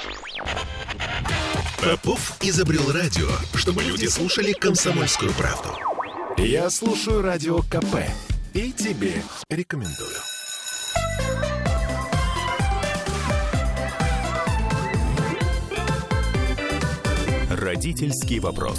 Попов изобрел радио, чтобы люди слушали «Комсомольскую правду». Я слушаю Радио КП и тебе рекомендую. Родительский вопрос.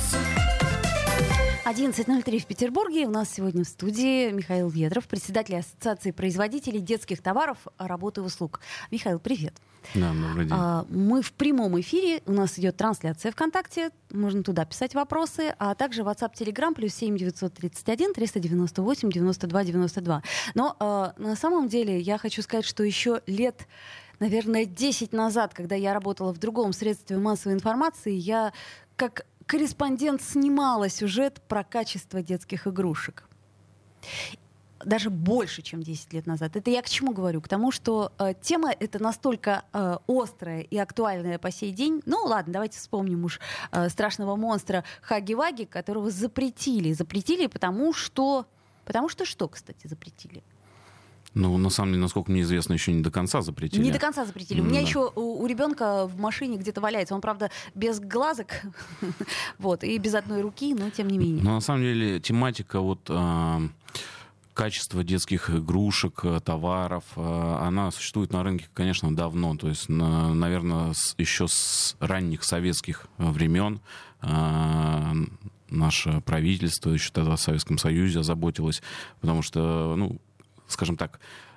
11:03 в Петербурге. У нас сегодня в студии Михаил Ведров, председатель Ассоциации производителей детских товаров, работы и услуг. Михаил, привет. Да, добрый день. Мы в прямом эфире. У нас идет трансляция ВКонтакте. Можно туда писать вопросы. А также WhatsApp, Telegram, +7 931 398 92 92. Но на самом деле я хочу сказать, что еще лет, наверное, 10 назад, когда я работала в другом средстве массовой информации, я как корреспондент снимала сюжет про качество детских игрушек. Даже больше, чем 10 лет назад. Это я к чему говорю? К тому, что тема эта настолько острая и актуальная по сей день. Ну ладно, давайте вспомним уж страшного монстра Хаги-Ваги, которого запретили. Запретили, потому что... Потому что что, кстати, запретили? Ну, на самом деле, насколько мне известно, еще не до конца запретили. Не до конца запретили. У меня еще у ребенка в машине где-то валяется. Он, правда, без глазок вот, и без одной руки, но тем не менее. Но на самом деле тематика качества детских игрушек, товаров, она существует на рынке, конечно, давно. То есть, наверное, еще с ранних советских времен наше правительство еще тогда в Советском Союзе озаботилось, потому что, ну, скажем так,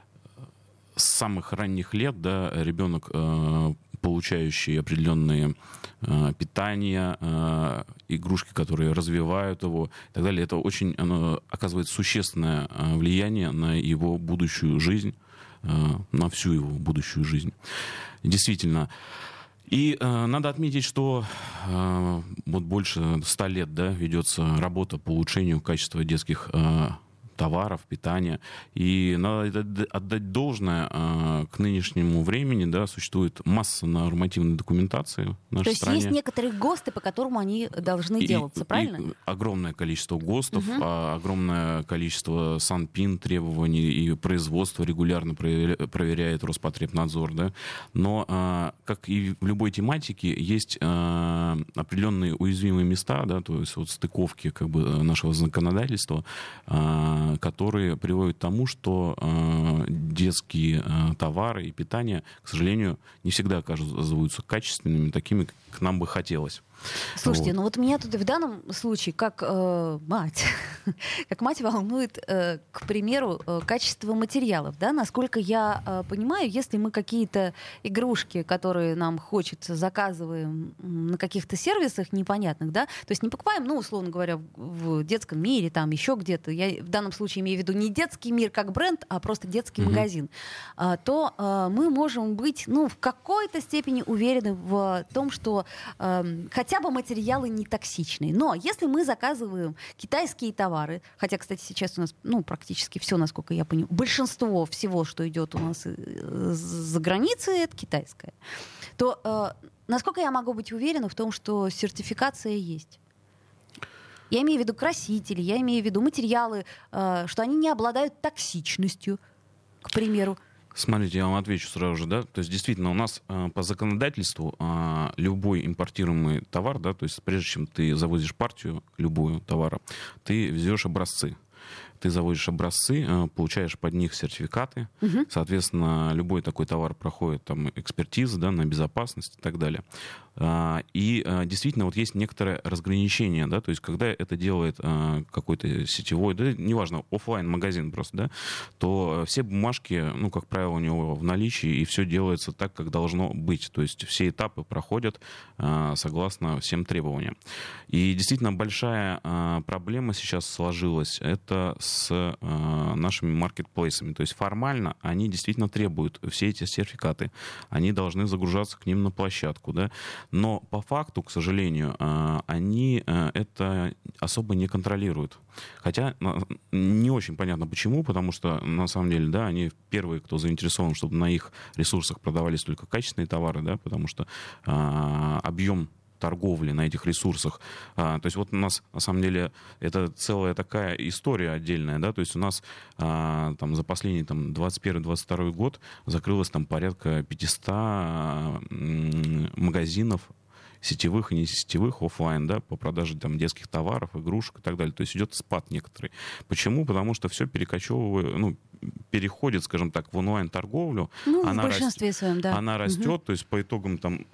с самых ранних лет, да, ребенок, получающий определенные питания, игрушки, которые развивают его и так далее, это очень оказывает существенное влияние на его будущую жизнь, на всю его будущую жизнь. Действительно. И надо отметить, что вот больше 100 лет, да, ведется работа по улучшению качества детских товаров, питания. И надо отдать должное к нынешнему времени, да, существует масса нормативной документации в нашей стране. То есть есть некоторые ГОСТы, по которым они должны делаться, правильно? И огромное количество ГОСТов, огромное количество санпин требований, и производство регулярно проверяет Роспотребнадзор, да. Но, как и в любой тематике, есть определенные уязвимые места, да, то есть вот стыковки как бы нашего законодательства, которые приводят к тому, что детские товары и питание, к сожалению, не всегда оказываются качественными, такими, как нам бы хотелось. Слушайте, ну вот меня тут и в данном случае, как мать, как мать волнует, к примеру, качество материалов. Да? Насколько я понимаю, если мы какие-то игрушки, которые нам хочется, заказываем на каких-то сервисах непонятных, да, то есть не покупаем, ну, условно говоря, в детском мире, там еще где-то, я в данном случае имею в виду не детский мир как бренд, а просто детский магазин, то мы можем быть, ну, в какой-то степени уверены в том, что хотя бы материалы не токсичные. Но если мы заказываем китайские товары, хотя, кстати, сейчас у нас, ну, практически все, насколько я понимаю, большинство всего, что идет у нас за границей, это китайское, то насколько я могу быть уверена в том, что сертификация есть? Я имею в виду красители, я имею в виду материалы, что они не обладают токсичностью, к примеру. Смотрите, я вам отвечу сразу же, да, то есть действительно у нас по законодательству любой импортируемый товар, да, то есть прежде чем ты завозишь партию любую товара, ты везешь образцы. Ты заводишь образцы, получаешь под них сертификаты. Соответственно, любой такой товар проходит там экспертизу, да, на безопасность и так далее. И действительно вот есть некоторое разграничение, да, то есть когда это делает какой-то сетевой, да, неважно, офлайн-магазин просто, да, то все бумажки, ну, как правило, у него в наличии, и все делается так, как должно быть. То есть все этапы проходят согласно всем требованиям. И действительно большая проблема сейчас сложилась, это с нашими маркетплейсами. То есть формально они действительно требуют все эти сертификаты. Они должны загружаться к ним на площадку, да. Но по факту, к сожалению, они это особо не контролируют. Хотя не очень понятно почему, потому что на самом деле, да, они первые, кто заинтересован, чтобы на их ресурсах продавались только качественные товары, да, потому что объем торговли на этих ресурсах. То есть вот у нас, на самом деле, это целая такая история отдельная, да, то есть у нас там за последний 21-22 год закрылось там порядка 500 магазинов, сетевых и не сетевых, офлайн, да, по продаже там детских товаров, игрушек и так далее. То есть идет спад некоторый. Почему? Потому что все переходит, скажем так, в онлайн-торговлю. В большинстве своем, да. Она растет, то есть по итогам там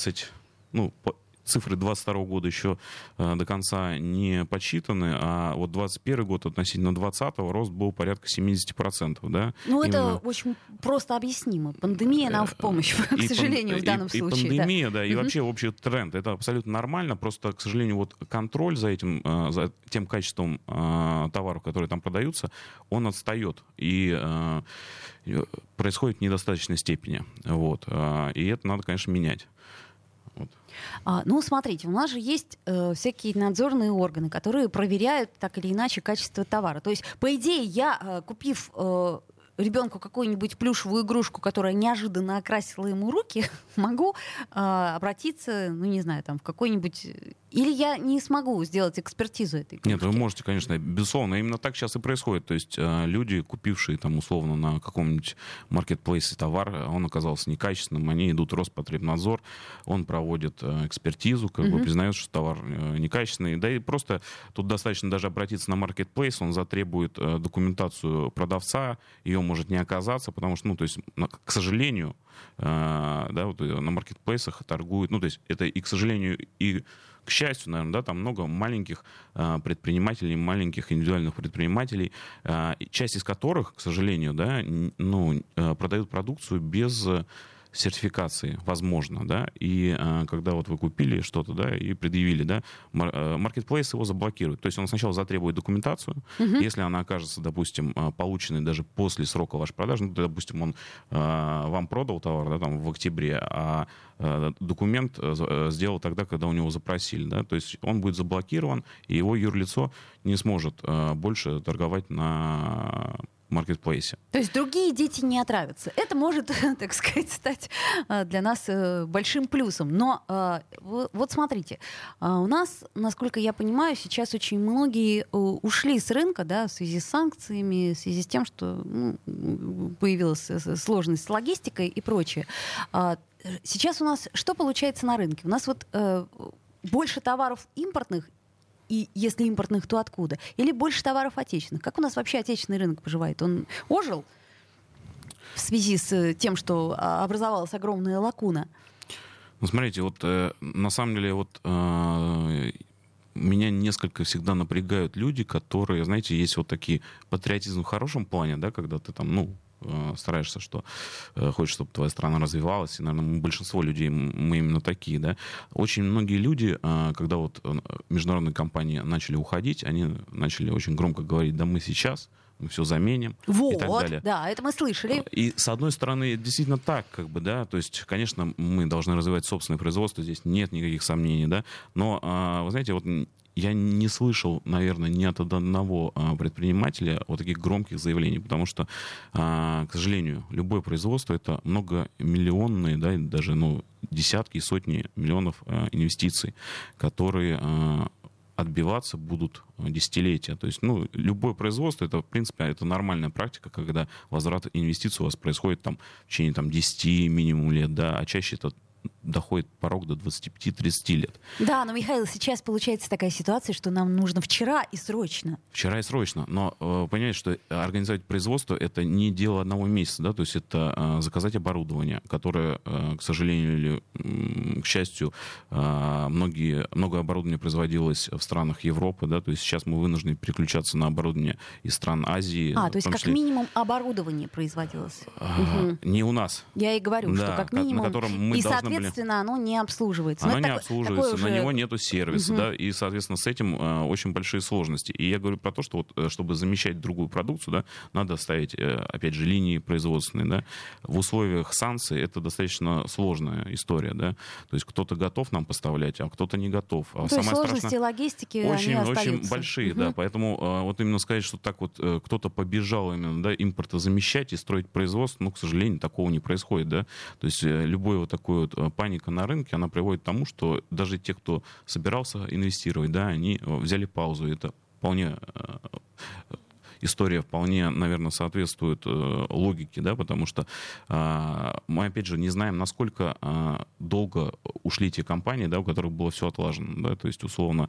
цифры 22 года еще до конца не подсчитаны, а вот 21 год относительно 20-го рост был порядка 70%. Да? Это очень просто объяснимо. Пандемия нам в помощь, к сожалению, в данном случае. И пандемия, да, и вообще общий тренд. Это абсолютно нормально, просто, к сожалению, вот контроль за тем качеством товаров, которые там продаются, он отстает. И происходит в недостаточной степени. Вот. И это надо, конечно, менять. Вот. Смотрите, у нас же есть всякие надзорные органы, которые проверяют так или иначе качество товара. То есть, по идее, я, купив ребенку какую-нибудь плюшевую игрушку, которая неожиданно окрасила ему руки, могу обратиться, в какой-нибудь... Или я не смогу сделать экспертизу этой игрушки? Нет, вы можете, конечно, безусловно. Именно так сейчас и происходит. То есть люди, купившие там условно на каком-нибудь маркетплейсе товар, он оказался некачественным, они идут в Роспотребнадзор, он проводит экспертизу, признает, что товар некачественный. Да и просто тут достаточно даже обратиться на маркетплейс, он затребует документацию продавца, ее может не оказаться, потому что, к сожалению, на маркетплейсах торгуют, это и к сожалению, и к счастью, наверное, да, там много маленьких предпринимателей, маленьких индивидуальных предпринимателей, часть из которых, к сожалению, да, продают продукцию без сертификации, возможно, да, и когда вот вы купили что-то, да, и предъявили, да, маркетплейс его заблокирует. То есть он сначала затребует документацию, если она окажется, допустим, полученной даже после срока вашей продажи, допустим, он вам продал товар, да, там, в октябре, а документ сделал тогда, когда у него запросили, да, то есть он будет заблокирован, и его юрлицо не сможет больше торговать на маркетплейсе. То есть другие дети не отравятся. Это может, так сказать, стать для нас большим плюсом. Но вот смотрите, у нас, насколько я понимаю, сейчас очень многие ушли с рынка, да, в связи с санкциями, в связи с тем, что появилась сложность с логистикой и прочее. Сейчас у нас что получается на рынке? У нас вот больше товаров импортных, и если импортных, то откуда? Или больше товаров отечественных? Как у нас вообще отечественный рынок поживает? Он ожил в связи с тем, что образовалась огромная лакуна? Смотрите, на самом деле меня несколько всегда напрягают люди, которые, знаете, есть вот такие патриотизм в хорошем плане, да, когда ты там, стараешься, что хочешь, чтобы твоя страна развивалась, и, наверное, большинство людей, мы именно такие, да. Очень многие люди, когда международные компании начали уходить, они начали очень громко говорить: да мы сейчас, мы все заменим, и так далее. Да, это мы слышали. И, с одной стороны, действительно так, да, то есть, конечно, мы должны развивать собственное производство, здесь нет никаких сомнений, да, но, вы знаете, я не слышал, наверное, ни от одного предпринимателя вот таких громких заявлений, потому что, к сожалению, любое производство — это многомиллионные, да, даже десятки и сотни миллионов инвестиций, которые отбиваться будут десятилетия. То есть, любое производство — это, в принципе, это нормальная практика, когда возврат инвестиций у вас происходит там в течение 10 минимум лет, да, а чаще это доходит порог до 25-30 лет. Да, но, Михаил, сейчас получается такая ситуация, что нам нужно вчера и срочно. Вчера и срочно. Но понимаете, что организовать производство — это не дело одного месяца, да, то есть это заказать оборудование, которое, к сожалению или к счастью, много оборудования производилось в странах Европы, да, то есть сейчас мы вынуждены переключаться на оборудование из стран Азии. То есть как минимум оборудование производилось? Не у нас. Я и говорю, да, что как минимум. На котором мы должны соответственно, оно не обслуживается. Оно не обслуживается, на него нету сервиса, да, и, соответственно, с этим очень большие сложности. И я говорю про то, что чтобы замещать другую продукцию, да, надо ставить, опять же, линии производственные, да. В условиях санкций это достаточно сложная история, да. То есть кто-то готов нам поставлять, а кто-то не готов. То есть сложности логистики очень большие, да. Поэтому именно сказать, что так кто-то побежал именно, да, импорта замещать и строить производство, к сожалению, такого не происходит, да. То есть любой такой паника на рынке, она приводит к тому, что даже те, кто собирался инвестировать, да, они взяли паузу. Это вполне история вполне, наверное, соответствует логике, да, потому что мы, опять же, не знаем, насколько долго ушли те компании, да, у которых было все отлажено, да, то есть, условно,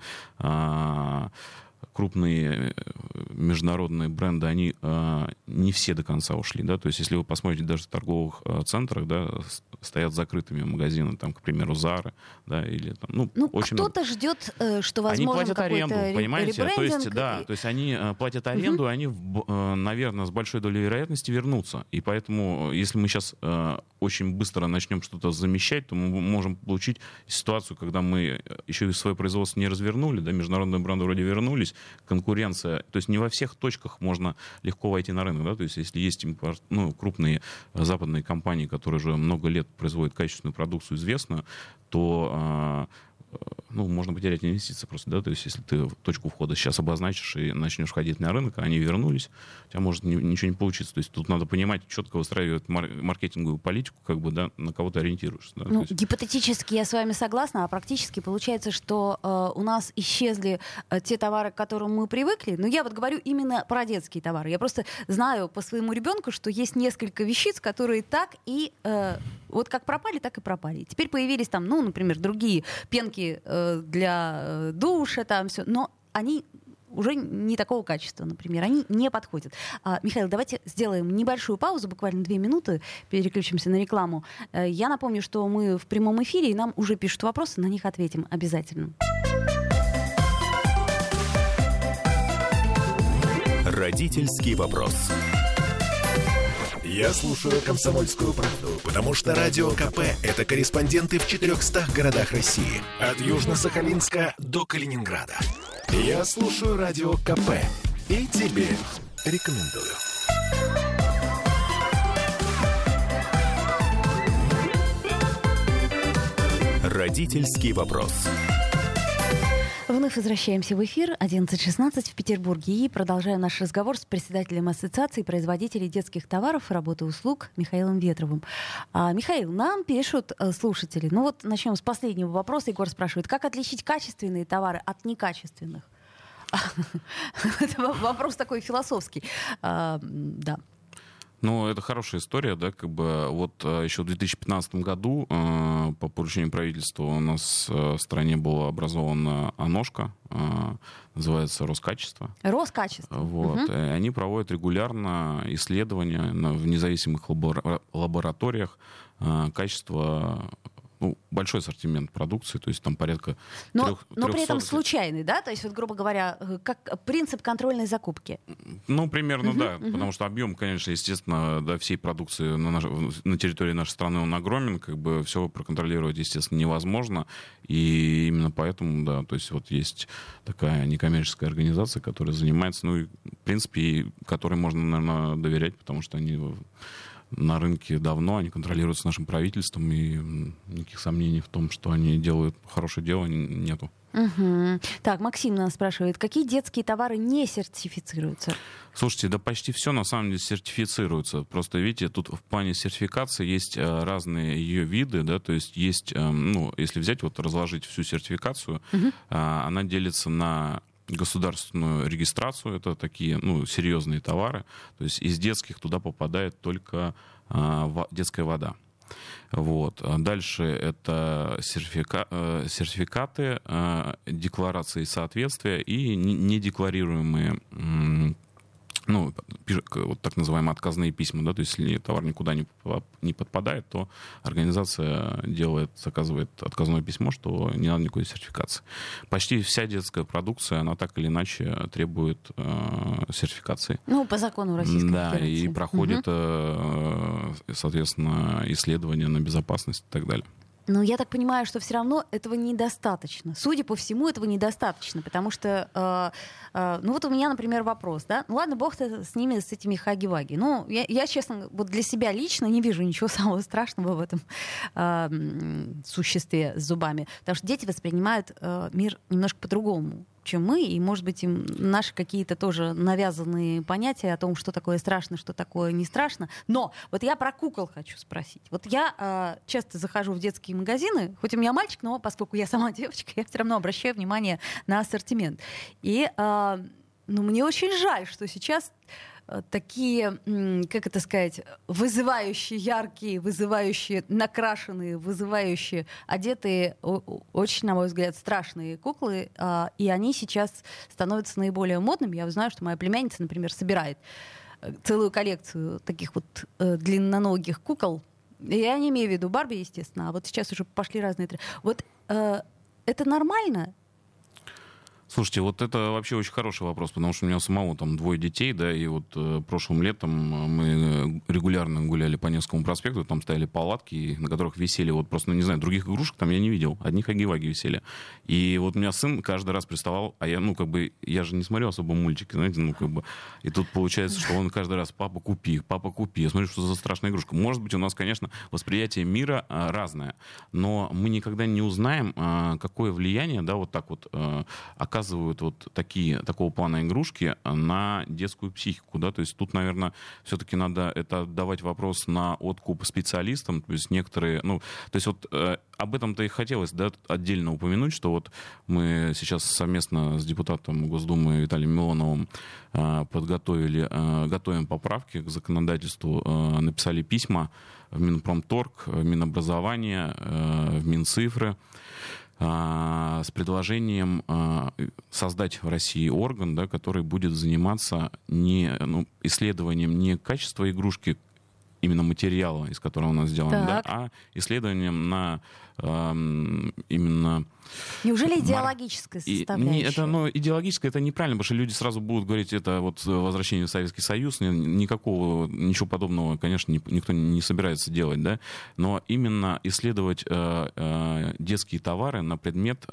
крупные международные бренды, они не все до конца ушли, да, то есть если вы посмотрите даже в торговых центрах, да, стоят закрытыми магазины, там, к примеру, Zara, да, или там, очень кто-то много. ждет, что возможно они платят аренду, понимаете, то есть, да, и... то есть они платят аренду, и они, наверное, с большой долей вероятности вернутся, и поэтому, если мы сейчас очень быстро начнем что-то замещать, то мы можем получить ситуацию, когда мы еще и свое производство не развернули, да, международные бренды вроде вернулись, конкуренция, то есть не во всех точках можно легко войти на рынок, да, то есть если есть крупные западные компании, которые уже много лет производят качественную продукцию известную, то можно потерять инвестиции просто, да, то есть если ты точку входа сейчас обозначишь и начнешь ходить на рынок, а они вернулись, у тебя может ничего не получиться, то есть тут надо понимать, четко выстраивать маркетинговую политику, как бы, да, на кого ты ориентируешься. Да, есть... Гипотетически я с вами согласна, а практически получается, что у нас исчезли те товары, к которым мы привыкли, но я вот говорю именно про детские товары, я просто знаю по своему ребенку, что есть несколько вещиц, которые так и вот как пропали, так и пропали. Теперь появились там, например, другие пенки для душа, там все, но они уже не такого качества, например, они не подходят. Михаил, давайте сделаем небольшую паузу, буквально 2 минуты, переключимся на рекламу. Я напомню, что мы в прямом эфире, и нам уже пишут вопросы, на них ответим обязательно. Родительский вопрос. Я слушаю «Комсомольскую правду», потому что Радио КП — это корреспонденты в 400 городах России. От Южно-Сахалинска до Калининграда. Я слушаю Радио КП и тебе рекомендую. Родительский вопрос. Вновь возвращаемся в эфир. 11:16 в Петербурге. И продолжаем наш разговор с председателем Ассоциации производителей детских товаров и работы и услуг Михаилом Ветровым. Михаил, нам пишут слушатели. Начнем с последнего вопроса. Егор спрашивает, как отличить качественные товары от некачественных? Это вопрос такой философский. Да. Это хорошая история, да, еще в 2015 году по поручению правительства у нас в стране была образована ОНОшка, называется Роскачество. Роскачество. И они проводят регулярно исследования в независимых лабораториях качества. Большой ассортимент продукции, то есть там порядка 300... Но при этом случайный, да? То есть, грубо говоря, как принцип контрольной закупки. Примерно, да. Потому что объем, конечно, естественно, всей продукции на территории нашей страны, он огромен, все проконтролировать, естественно, невозможно. И именно поэтому, да, то есть есть такая некоммерческая организация, которая занимается, и, в принципе, которой можно, наверное, доверять, потому что они... на рынке давно, они контролируются нашим правительством, и никаких сомнений в том, что они делают хорошее дело, нету. Угу. Так, Максим нас спрашивает, какие детские товары не сертифицируются? Слушайте, да почти все на самом деле сертифицируется. Просто, видите, тут в плане сертификации есть разные ее виды, да, то есть если взять, разложить всю сертификацию, она делится на государственную регистрацию, это такие серьезные товары, то есть из детских туда попадает только детская вода. Дальше это сертификаты, декларации соответствия и недекларируемые так называемые отказные письма, да, то есть если товар никуда не подпадает, то организация заказывает отказное письмо, что не надо никакой сертификации. Почти вся детская продукция, она так или иначе требует сертификации. По закону Российской Федерации. Да, и проходит, соответственно, исследования на безопасность и так далее. Но я так понимаю, что все равно этого недостаточно. Судя по всему, этого недостаточно, потому что, у меня, например, вопрос, да, ладно, бог с ними, с этими хаги-ваги. Я, честно, для себя лично не вижу ничего самого страшного в этом существе с зубами, потому что дети воспринимают мир немножко по-другому, чем мы, и, может быть, им наши какие-то тоже навязанные понятия о том, что такое страшно, что такое не страшно. Но я про кукол хочу спросить. Я часто захожу в детские магазины, хоть у меня мальчик, но поскольку я сама девочка, я все равно обращаю внимание на ассортимент. И мне очень жаль, что сейчас такие, как это сказать, вызывающие, яркие, вызывающие, накрашенные, вызывающие, одетые, очень, на мой взгляд, страшные куклы, и они сейчас становятся наиболее модными. Я знаю, что моя племянница, например, собирает целую коллекцию таких вот длинноногих кукол. Я не имею в виду Барби, естественно, а вот сейчас уже пошли разные тренды. Вот это нормально? Слушайте, вот это вообще очень хороший вопрос, потому что у меня самого там 2 детей, да, и вот прошлым летом мы регулярно гуляли по Невскому проспекту, там стояли палатки, на которых висели, вот просто, ну, не знаю, других игрушек там я не видел, одни хаги-ваги висели. И вот у меня сын каждый раз приставал, а я, ну, как бы, я же не смотрел особо мультики, знаете, ну, как бы, и тут получается, что он каждый раз: папа, купи, я смотрю, что за страшная игрушка. Может быть, у нас, конечно, восприятие мира разное, но мы никогда не узнаем, какое влияние, да, вот так вот оказывают вот такого плана игрушки на детскую психику, да, то есть тут, наверное, все-таки надо это отдавать вопрос на откуп специалистам, то есть некоторые, ну, то есть вот об этом-то и хотелось, да, отдельно упомянуть, что вот мы сейчас совместно с депутатом Госдумы Виталием Милоновым готовим поправки к законодательству, написали письма в Минпромторг, в Минобразование, в Минцифры, с предложением создать в России орган, да, который будет заниматься исследованием не качества игрушки, именно материала, из которого она сделана, да, а исследованием на именно... Неужели идеологическая составляющая? Идеологическое это неправильно, потому что люди сразу будут говорить, это вот возвращение в Советский Союз, ничего подобного, конечно, никто не собирается делать, да, но именно исследовать детские товары на предмет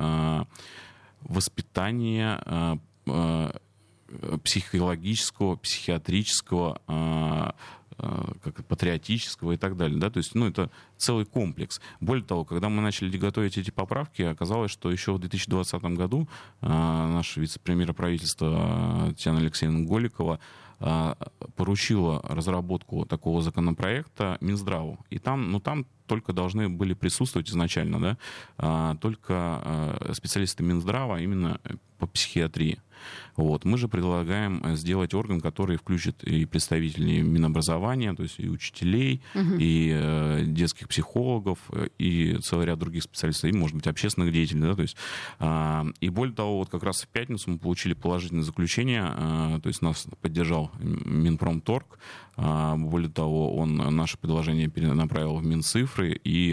воспитания психологического, психиатрического, патриотического и так далее. Да? То есть, это целый комплекс. Более того, когда мы начали готовить эти поправки, оказалось, что еще в 2020 году наш вице-премьер правительства Татьяна Алексеевна Голикова поручила разработку такого законопроекта Минздраву. И там только должны были присутствовать изначально, да, только специалисты Минздрава именно по психиатрии. Вот. Мы же предлагаем сделать орган, который включит и представителей Минобразования, то есть и учителей, и детских психологов, и целый ряд других специалистов, и, может быть, общественных деятелей. Да? То есть, и более того, вот как раз в пятницу мы получили положительное заключение, то есть нас поддержал Минпромторг, более того, он наше предложение перенаправил в Минцифры, и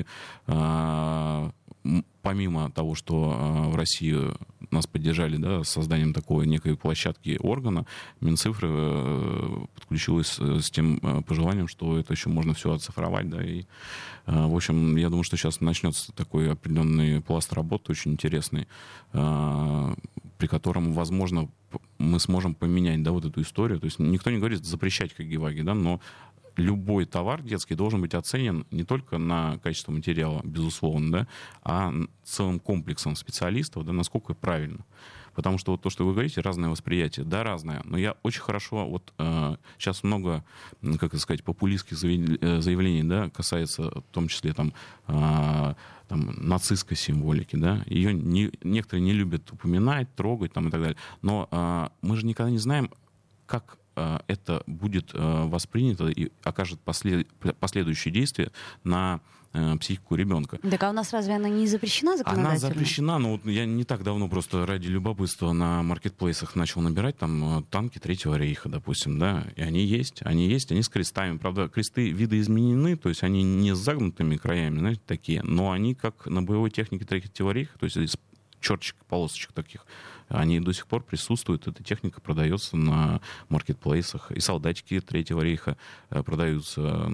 помимо того, что в России нас поддержали, да, с созданием такой некой площадки органа, Минцифры подключилась с тем пожеланием, что это еще можно все оцифровать, да, и, в общем, я думаю, что сейчас начнется такой определенный пласт работы, очень интересный, при котором, возможно, мы сможем поменять, да, вот эту историю. То есть никто не говорит запрещать хаги-ваги, да, но любой товар детский должен быть оценен не только на качество материала, безусловно, да, а целым комплексом специалистов, да, насколько правильно. Потому что вот то, что вы говорите, разное восприятие, да, разное. Но я очень хорошо, вот сейчас много, как это сказать, популистских заявлений, да, касается в том числе там нацистской символики, да, ее некоторые не любят упоминать, трогать там и так далее. Но мы же никогда не знаем, как это будет воспринято и окажет последующие действия на психику ребенка. Так а у нас разве она не запрещена законодательно? Она запрещена, но вот я не так давно просто ради любопытства на маркетплейсах начал набирать там танки Третьего рейха, допустим, да, и они есть, они с крестами. Правда, кресты видоизменены, то есть они не с загнутыми краями, знаете, такие, но они как на боевой технике Третьего рейха, то есть из черточек, полосочек таких, они до сих пор присутствуют. Эта техника продается на маркетплейсах. И солдатики Третьего рейха продаются.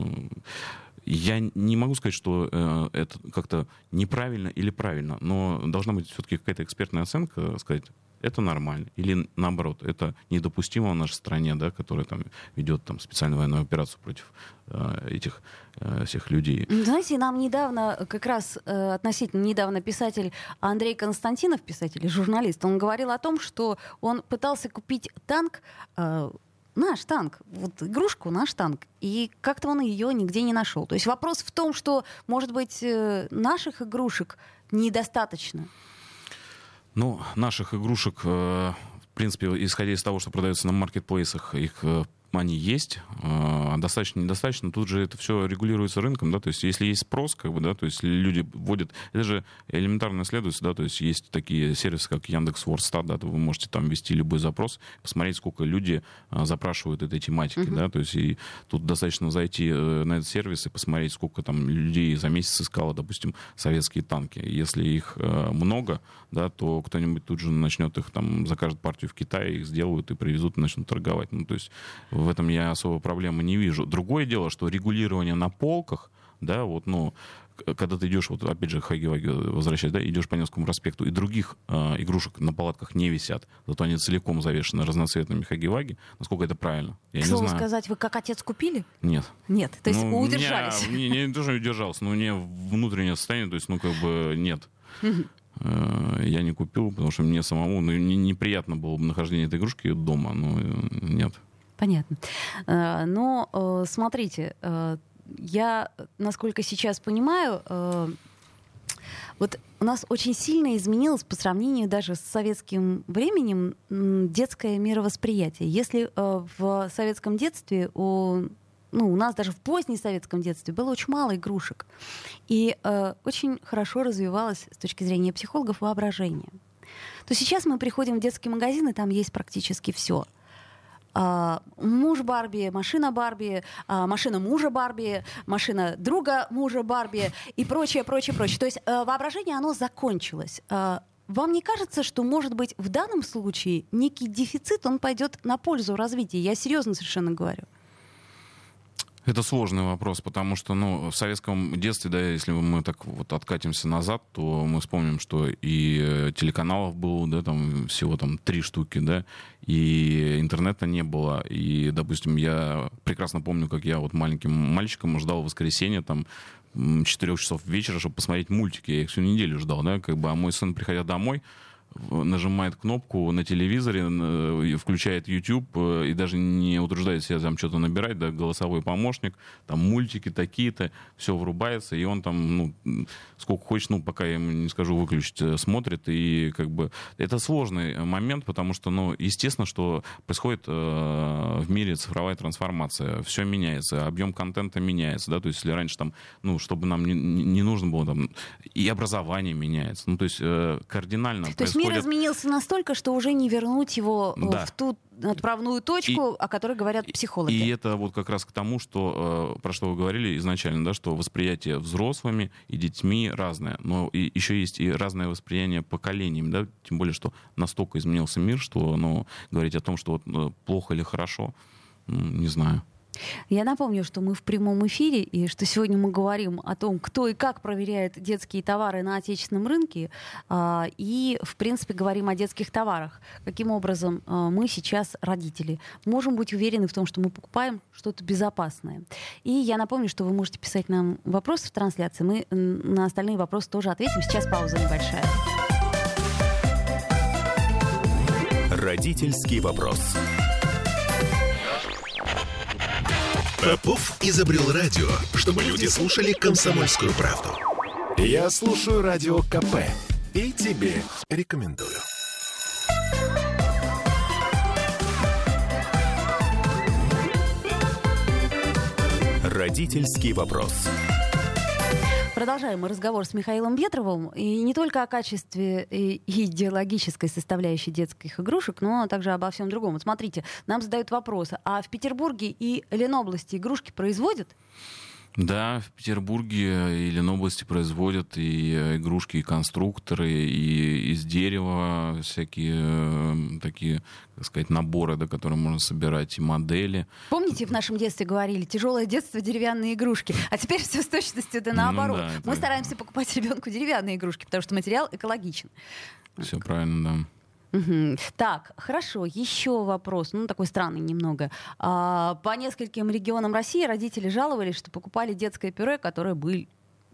Я не могу сказать, что это как-то неправильно или правильно, но должна быть все-таки какая-то экспертная оценка, сказать, это нормально. Или наоборот, это недопустимо в нашей стране, да, которая там ведет там специальную военную операцию против этих всех людей. Знаете, нам недавно, как раз относительно недавно, писатель Андрей Константинов, писатель и журналист, он говорил о том, что он пытался купить танк, наш танк, вот игрушку, наш танк, и как-то он ее нигде не нашел. То есть вопрос в том, что, может быть, наших игрушек недостаточно. Наших игрушек принципе, исходя из того, что продается на маркетплейсах, их они есть, достаточно, недостаточно, тут же это все регулируется рынком, да, то есть если есть спрос, как бы, да, то есть люди вводят, это же элементарно следуется, да, то есть есть такие сервисы, как Яндекс.Вордстат, да, вы можете там ввести любой запрос, посмотреть, сколько люди запрашивают этой тематики, да, то есть и тут достаточно зайти на этот сервис и посмотреть, сколько там людей за месяц искало, допустим, советские танки. Если их много, да, то кто-нибудь тут же начнет их там, закажет партию в Китае, их сделают и привезут и начнут торговать. Ну, то есть в этом я особо проблемы не вижу. Другое дело, что регулирование на полках, да, вот, ну, когда ты идешь, вот опять же, Хаги-Ваги возвращаясь, да, идешь по Невскому проспекту, и других игрушек на палатках не висят, зато они целиком завешены разноцветными Хаги-Ваги. Насколько это правильно? Я К не слову знаю. сказать, вы как отец купили? Нет. Нет, то есть Ну, удержались. Не тоже удержался, но у меня внутреннее состояние, то есть, ну, как бы, нет. Я не купил, потому что мне самому неприятно было бы нахождение этой игрушки дома, но нет. Понятно. Но смотрите, я, насколько сейчас понимаю, вот у нас очень сильно изменилось по сравнению даже с советским временем детское мировосприятие. Если в советском детстве у нас даже в позднем советском детстве было очень мало игрушек. И очень хорошо развивалось с точки зрения психологов воображение. То сейчас мы приходим в детский магазин, и там есть практически все. Муж Барби, машина Барби, машина мужа Барби, машина друга мужа Барби и прочее, прочее, прочее. То есть воображение, оно закончилось. Вам не кажется, что, может быть, в данном случае некий дефицит, он пойдет на пользу развития? Я серьезно совершенно говорю. Это сложный вопрос, потому что, в советском детстве, да, если мы так вот откатимся назад, то мы вспомним, что и телеканалов было, да, там всего там 3 штуки, да, и интернета не было. И, допустим, я прекрасно помню, как я вот маленьким мальчиком ждал воскресенья, там, 4 часов вечера, чтобы посмотреть мультики. Я их всю неделю ждал, да, как бы, а мой сын, приходя домой, нажимает кнопку на телевизоре, включает YouTube и даже не утруждает себя там что-то набирать, да, голосовой помощник, там мультики такие-то, все врубается, и он там, сколько хочет, пока я ему не скажу выключить, смотрит, и как бы это сложный момент, потому что, естественно, что происходит в мире цифровая трансформация, все меняется, объем контента меняется, да, то есть если раньше там, чтобы нам не нужно было там, и образование меняется, то есть кардинально происходит. Мир изменился настолько, что уже не вернуть его в ту отправную точку, о которой говорят психологи. И это вот как раз к тому, что, про что вы говорили изначально, да, что восприятие взрослыми и детьми разное. Но и еще есть и разное восприятие поколениями, да, тем более, что настолько изменился мир, что говорить о том, что вот, плохо или хорошо, не знаю. Я напомню, что мы в прямом эфире, и что сегодня мы говорим о том, кто и как проверяет детские товары на отечественном рынке, и, в принципе, говорим о детских товарах. Каким образом мы сейчас, родители, можем быть уверены в том, что мы покупаем что-то безопасное. И я напомню, что вы можете писать нам вопросы в трансляции. Мы на остальные вопросы тоже ответим. Сейчас пауза небольшая. Родительский вопрос. Попов изобрел радио, чтобы люди слушали «Комсомольскую правду». Я слушаю Радио КП и тебе рекомендую. Родительский вопрос. Продолжаем мы разговор с Михаилом Ветровым. И не только о качестве и идеологической составляющей детских игрушек, но также обо всем другом. Вот смотрите, нам задают вопросы. А в Петербурге и Ленобласти игрушки производят? Да, в Петербурге и Ленобласти производят и игрушки, и конструкторы, и из дерева всякие такие, так сказать, наборы, да, которые можно собирать, и модели. Помните, в нашем детстве говорили, тяжелое детство, деревянные игрушки. А теперь все с точностью да наоборот. Да, Мы стараемся покупать ребенку деревянные игрушки, потому что материал экологичен. Все правильно, да. Угу. Так, хорошо, еще вопрос, такой странный немного. По нескольким регионам России родители жаловались, что покупали детское пюре, которое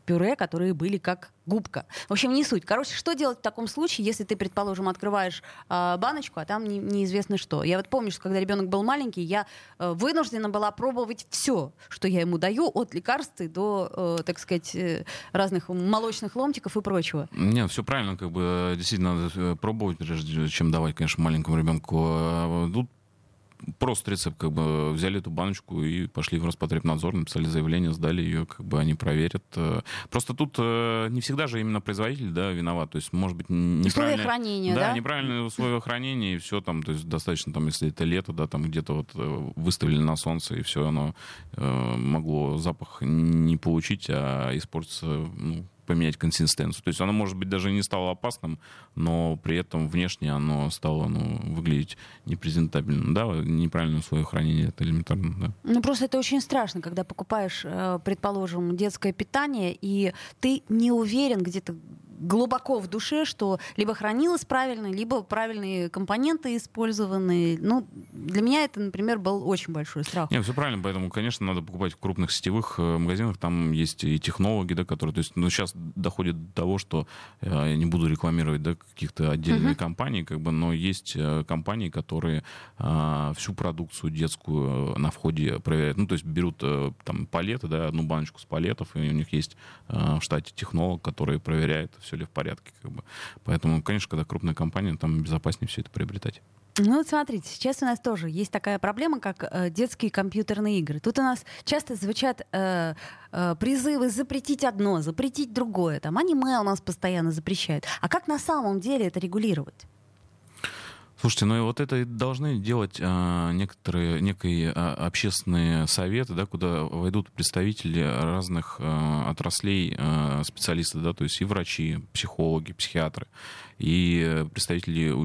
пюре, которые были как губка. В общем, не суть. Короче, что делать в таком случае, если ты, предположим, открываешь баночку, а там неизвестно что? Я вот помню, что когда ребенок был маленький, я вынуждена была пробовать все, что я ему даю, от лекарств до, так сказать, разных молочных ломтиков и прочего. Нет, все правильно, как бы действительно надо пробовать, прежде чем давать, конечно, маленькому ребенку. Тут просто рецепт, как бы взяли эту баночку и пошли в Роспотребнадзор, написали заявление, сдали ее, как бы они проверят. Просто тут не всегда же именно производитель, да, виноват. То есть, может быть, неправильное... Условия хранения, да? Да, неправильные условия хранения, и все там, то есть достаточно, там, если это лето, да, там где-то вот выставили на солнце, и все, оно могло запах не получить, а испортиться, ну, поменять консистенцию. То есть оно, может быть, даже не стало опасным, но при этом внешне оно стало, ну, выглядеть непрезентабельным. Да, неправильное условие хранения, это элементарно, да. Ну, просто это очень страшно, когда покупаешь, предположим, детское питание, и ты не уверен где-то глубоко в душе, что либо хранилось правильно, либо правильные компоненты использованы. Ну, для меня это, например, был очень большой страх. Нет, все правильно, поэтому, конечно, надо покупать в крупных сетевых магазинах, там есть и технологи, да, которые, то есть, ну, сейчас доходит до того, что я не буду рекламировать, да, каких-то отдельных компаний, как бы, но есть компании, которые всю продукцию детскую на входе проверяют. Ну, то есть берут там палеты, да, одну баночку с палетов, и у них есть в штате технолог, который проверяет, все ли в порядке, как бы. Поэтому, конечно, когда крупная компания, там безопаснее все это приобретать. Ну вот смотрите, сейчас у нас тоже есть такая проблема, как детские компьютерные игры. Тут у нас часто звучат призывы запретить одно, запретить другое. Там аниме у нас постоянно запрещают. А как на самом деле это регулировать? Слушайте, ну и вот это и должны делать некие общественные советы, да, куда войдут представители разных отраслей, специалисты, да, то есть и врачи, психологи, психиатры, и представители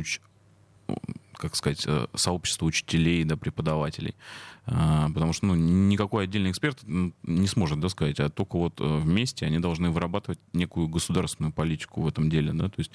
как сказать, сообщества учителей, да, преподавателей. Потому что, ну, никакой отдельный эксперт не сможет, да, сказать, а только вот вместе они должны вырабатывать некую государственную политику в этом деле, да, то есть...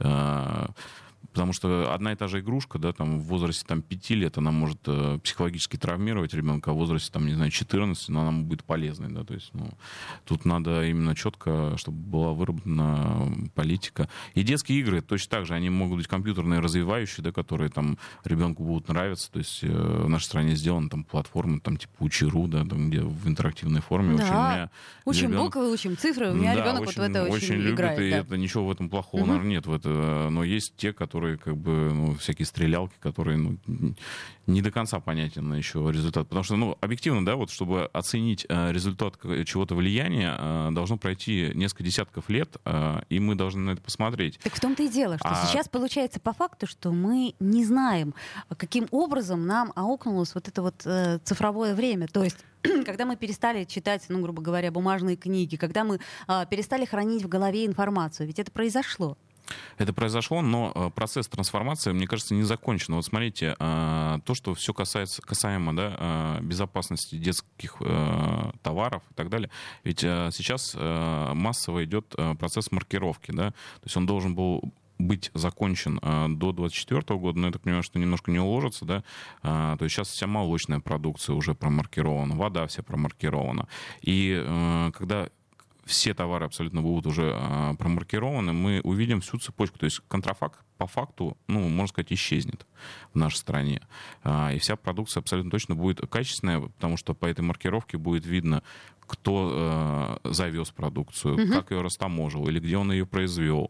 Потому что одна и та же игрушка, да, там, в возрасте там, 5 лет она может психологически травмировать ребенка, а в возрасте там, не знаю, 14, но она будет полезной. Да, то есть, ну, тут надо именно четко, чтобы была выработана политика. И детские игры точно так же, они могут быть компьютерные, развивающие, да, которые там, ребенку будут нравиться. То есть в нашей стране сделаны там, платформы там, типа Учи.ру, да, там, где в интерактивной форме. Да. Учим ребенок... буквы, учим цифры. У меня ребенок вот в это очень играет. Любит, да. и это, ничего в этом плохого, наверное, нет. В это, но есть те, которые как бы, ну, всякие стрелялки, которые, ну, не до конца понятен еще результат. Потому что, ну, объективно, да, вот, чтобы оценить результат чего-то влияния, должно пройти несколько десятков лет, и мы должны на это посмотреть. Так в том-то и дело, что сейчас получается по факту, что мы не знаем, каким образом нам аукнулось вот это вот цифровое время. То есть когда мы перестали читать, ну, грубо говоря, бумажные книги, когда мы перестали хранить в голове информацию, ведь это произошло. Это произошло, но процесс трансформации, мне кажется, не закончен. Вот смотрите, то, что все касаемо, да, безопасности детских товаров и так далее, ведь сейчас массово идет процесс маркировки, да, то есть он должен был быть закончен до 2024 года, но я так понимаю, что немножко не уложится, да, то есть сейчас вся молочная продукция уже промаркирована, вода вся промаркирована, и когда все товары абсолютно будут уже промаркированы, мы увидим всю цепочку. То есть контрафакт по факту, ну, можно сказать, исчезнет в нашей стране. И вся продукция абсолютно точно будет качественная, потому что по этой маркировке будет видно, кто завез продукцию, как ее растаможил, или где он ее произвел.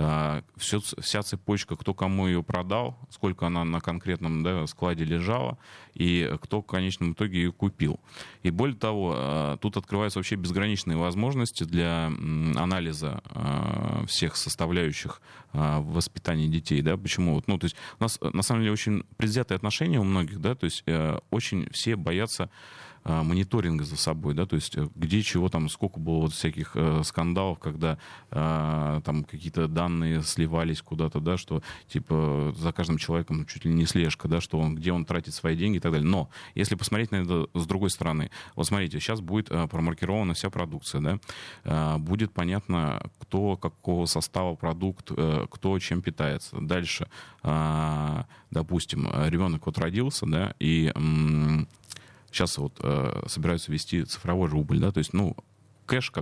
Вся цепочка, кто кому ее продал, сколько она на конкретном, да, складе лежала, и кто в конечном итоге ее купил. И более того, тут открываются вообще безграничные возможности для анализа всех составляющих воспитания детей. Да? Почему? Ну, то есть у нас на самом деле очень предвзятые отношения у многих, да, то есть очень все боятся мониторинга за собой, да, то есть где чего там, сколько было вот всяких скандалов, когда там какие-то данные сливались куда-то, да, что типа за каждым человеком чуть ли не слежка, да, что где он тратит свои деньги и так далее. Но если посмотреть на это с другой стороны, вот смотрите, сейчас будет промаркирована вся продукция, да, будет понятно, кто какого состава продукт, кто чем питается. Дальше, допустим, ребенок вот родился, да, и сейчас вот собираются ввести цифровой рубль, да, то есть, ну, кэш как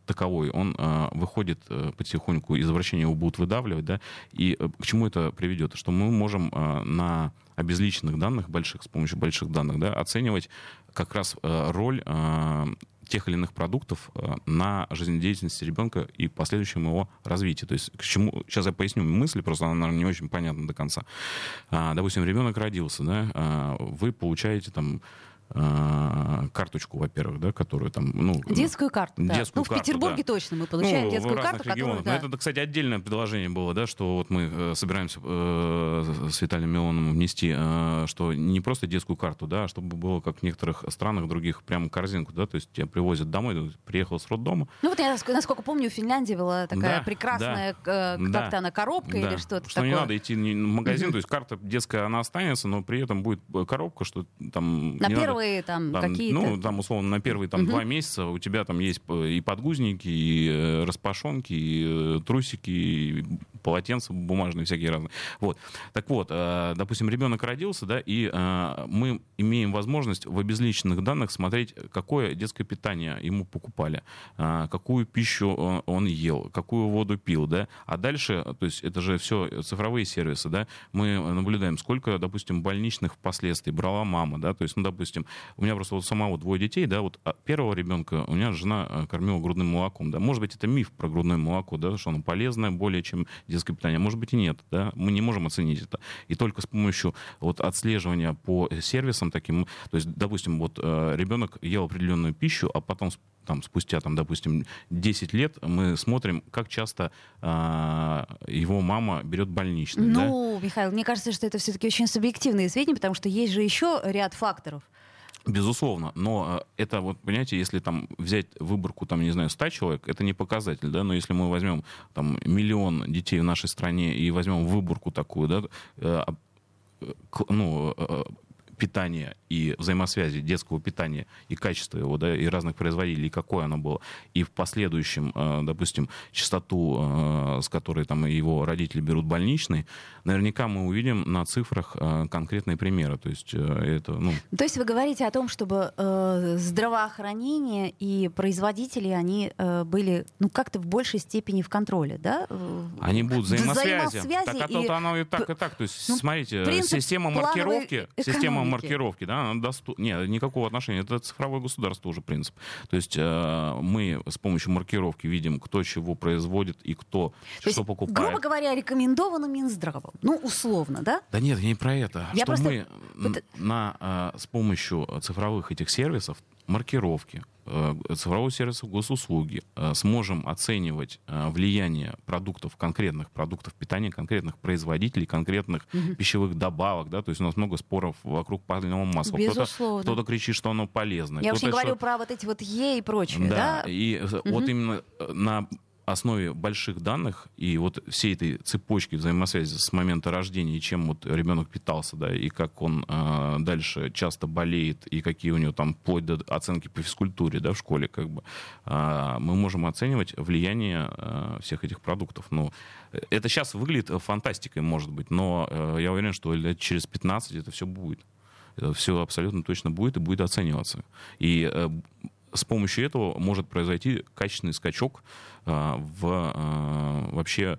таковой, он выходит потихоньку, извращения его будут выдавливать, да, и к чему это приведет? Что мы можем на обезличенных данных больших, с помощью больших данных, да, оценивать как раз роль тех или иных продуктов на жизнедеятельности ребенка и последующем его развитии. То есть к чему... Сейчас я поясню мысль, просто она, наверное, не очень понятна до конца. Допустим, ребенок родился, да, вы получаете там карточку, во-первых, да, которую там... Детскую карту, да. Детскую карту, в Петербурге точно мы получаем детскую карту, которую... Да. Это, кстати, отдельное предложение было, да, что вот мы собираемся с Виталием Милоновым внести, что не просто детскую карту, да, а чтобы было, как в некоторых странах других, прямо корзинку, да, то есть тебя привозят домой, приехал с роддома. Вот я, насколько помню, в Финляндии была такая прекрасная, как-то она коробка или что-то что такое. Не надо идти в магазин, то есть карта детская, она останется, но при этом будет коробка, что там... На первые там какие-то... там, условно, на первые 2 месяца у тебя там есть и подгузники, и распашонки, и трусики, и полотенца бумажные всякие разные. Вот. Так вот, допустим, ребенок родился, да, и мы имеем возможность в обезличенных данных смотреть, какое детское питание ему покупали, какую пищу он ел, какую воду пил, да, а дальше, то есть это же все цифровые сервисы, да, мы наблюдаем, сколько, допустим, больничных последствий брала мама, да, то есть, допустим, у меня просто вот самого 2 детей, да, вот первого ребенка у меня жена кормила грудным молоком, да, может быть, это миф про грудное молоко, да, что оно полезное более, чем детское питание, может быть, и нет, да, мы не можем оценить это, и только с помощью вот отслеживания по сервисам таким, то есть, допустим, вот ребенок ел определенную пищу, а потом там, спустя, там, допустим, 10 лет мы смотрим, как часто его мама берет больничный. Ну, да? Михаил, мне кажется, что это все-таки очень субъективные сведения, потому что есть же еще ряд факторов. Безусловно, но это вот, понимаете, если там взять выборку, там, не знаю, 100 человек, это не показатель, да, но если мы возьмем там 1 миллион детей в нашей стране и возьмем выборку такую, да, питания и взаимосвязи детского питания и качества его, да, и разных производителей, какое оно было, и в последующем, допустим, частоту, с которой там его родители берут больничный, наверняка мы увидим на цифрах конкретные примеры. То есть это, То есть вы говорите о том, чтобы здравоохранение и производители, они были, как-то в большей степени в контроле, да? Они будут взаимосвязи. Так и... оно и так, и так. То есть, смотрите, система маркировки, да, она нет, никакого отношения. Это цифровое государство уже принцип. То есть мы с помощью маркировки видим, кто чего производит и кто что покупает. Грубо говоря, рекомендовано Минздравом. Условно, да? Да нет, не про это. Я что просто... мы с помощью цифровых этих сервисов, маркировки, цифрового сервиса госуслуги сможем оценивать влияние конкретных продуктов питания, конкретных производителей, конкретных пищевых добавок, да, то есть у нас много споров вокруг пальмового масла. Кто-то кричит, что оно полезное. Я уж не говорю про вот эти вот Е и прочее, да? И вот именно на основе больших данных и вот всей этой цепочки взаимосвязи с момента рождения, и чем вот ребенок питался, да, и как он дальше часто болеет, и какие у него там вплоть до оценки по физкультуре, да, в школе, как бы, мы можем оценивать влияние всех этих продуктов. Это сейчас выглядит фантастикой, может быть, но я уверен, что лет через 15 это все будет. Это все абсолютно точно будет и будет оцениваться. И с помощью этого может произойти качественный скачок вообще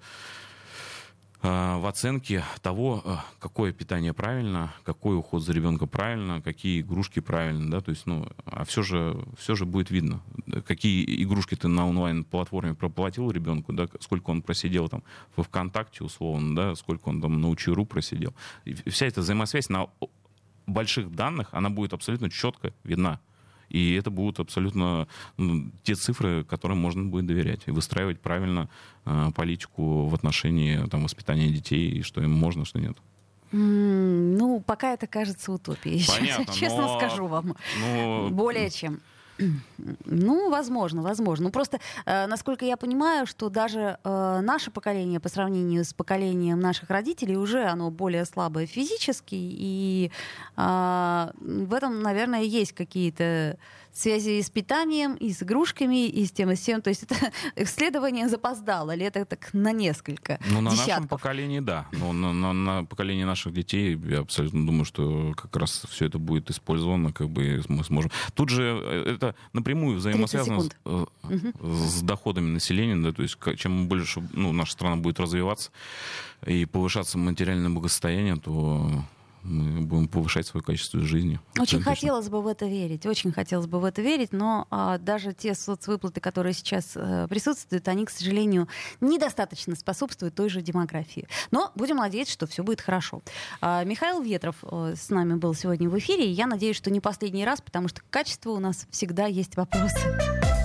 в оценке того, какое питание правильно, какой уход за ребенком правильно, какие игрушки правильно, да, то есть, а все же будет видно, какие игрушки ты на онлайн-платформе проплатил ребенку, да, сколько он просидел там во ВКонтакте, условно, да, сколько он там на Учи.ру просидел. И вся эта взаимосвязь на больших данных, она будет абсолютно четко видна. И это будут абсолютно те цифры, которым можно будет доверять и выстраивать правильно политику в отношении воспитания детей, и что им можно, что нет. Пока это кажется утопией. Понятно, честно скажу вам. Более чем. Возможно. Просто, насколько я понимаю, что даже наше поколение по сравнению с поколением наших родителей уже оно более слабое физически, и в этом, наверное, есть какие-то связи и с питанием, и с игрушками, и с тем, и с тем. То есть это исследование запоздало, лет так на несколько Ну, на десятков. нашем поколении, да. Но на поколении наших детей, я абсолютно думаю, что как раз все это будет использовано, как бы мы сможем. Тут же это напрямую взаимосвязано с доходами населения, да, то есть чем больше наша страна будет развиваться и повышаться материальное благосостояние, то мы будем повышать свое качество жизни. Очень хотелось бы в это верить, но даже те соцвыплаты, которые сейчас присутствуют, они, к сожалению, недостаточно способствуют той же демографии. Но будем надеяться, что все будет хорошо. Михаил Ветров с нами был сегодня в эфире, и я надеюсь, что не последний раз, потому что к качеству у нас всегда есть вопросы.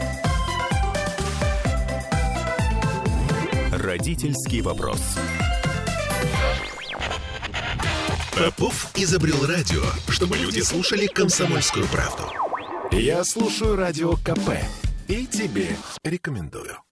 Родительский вопрос. Попов изобрел радио, чтобы люди слушали «Комсомольскую правду». Я слушаю Радио КП и тебе рекомендую.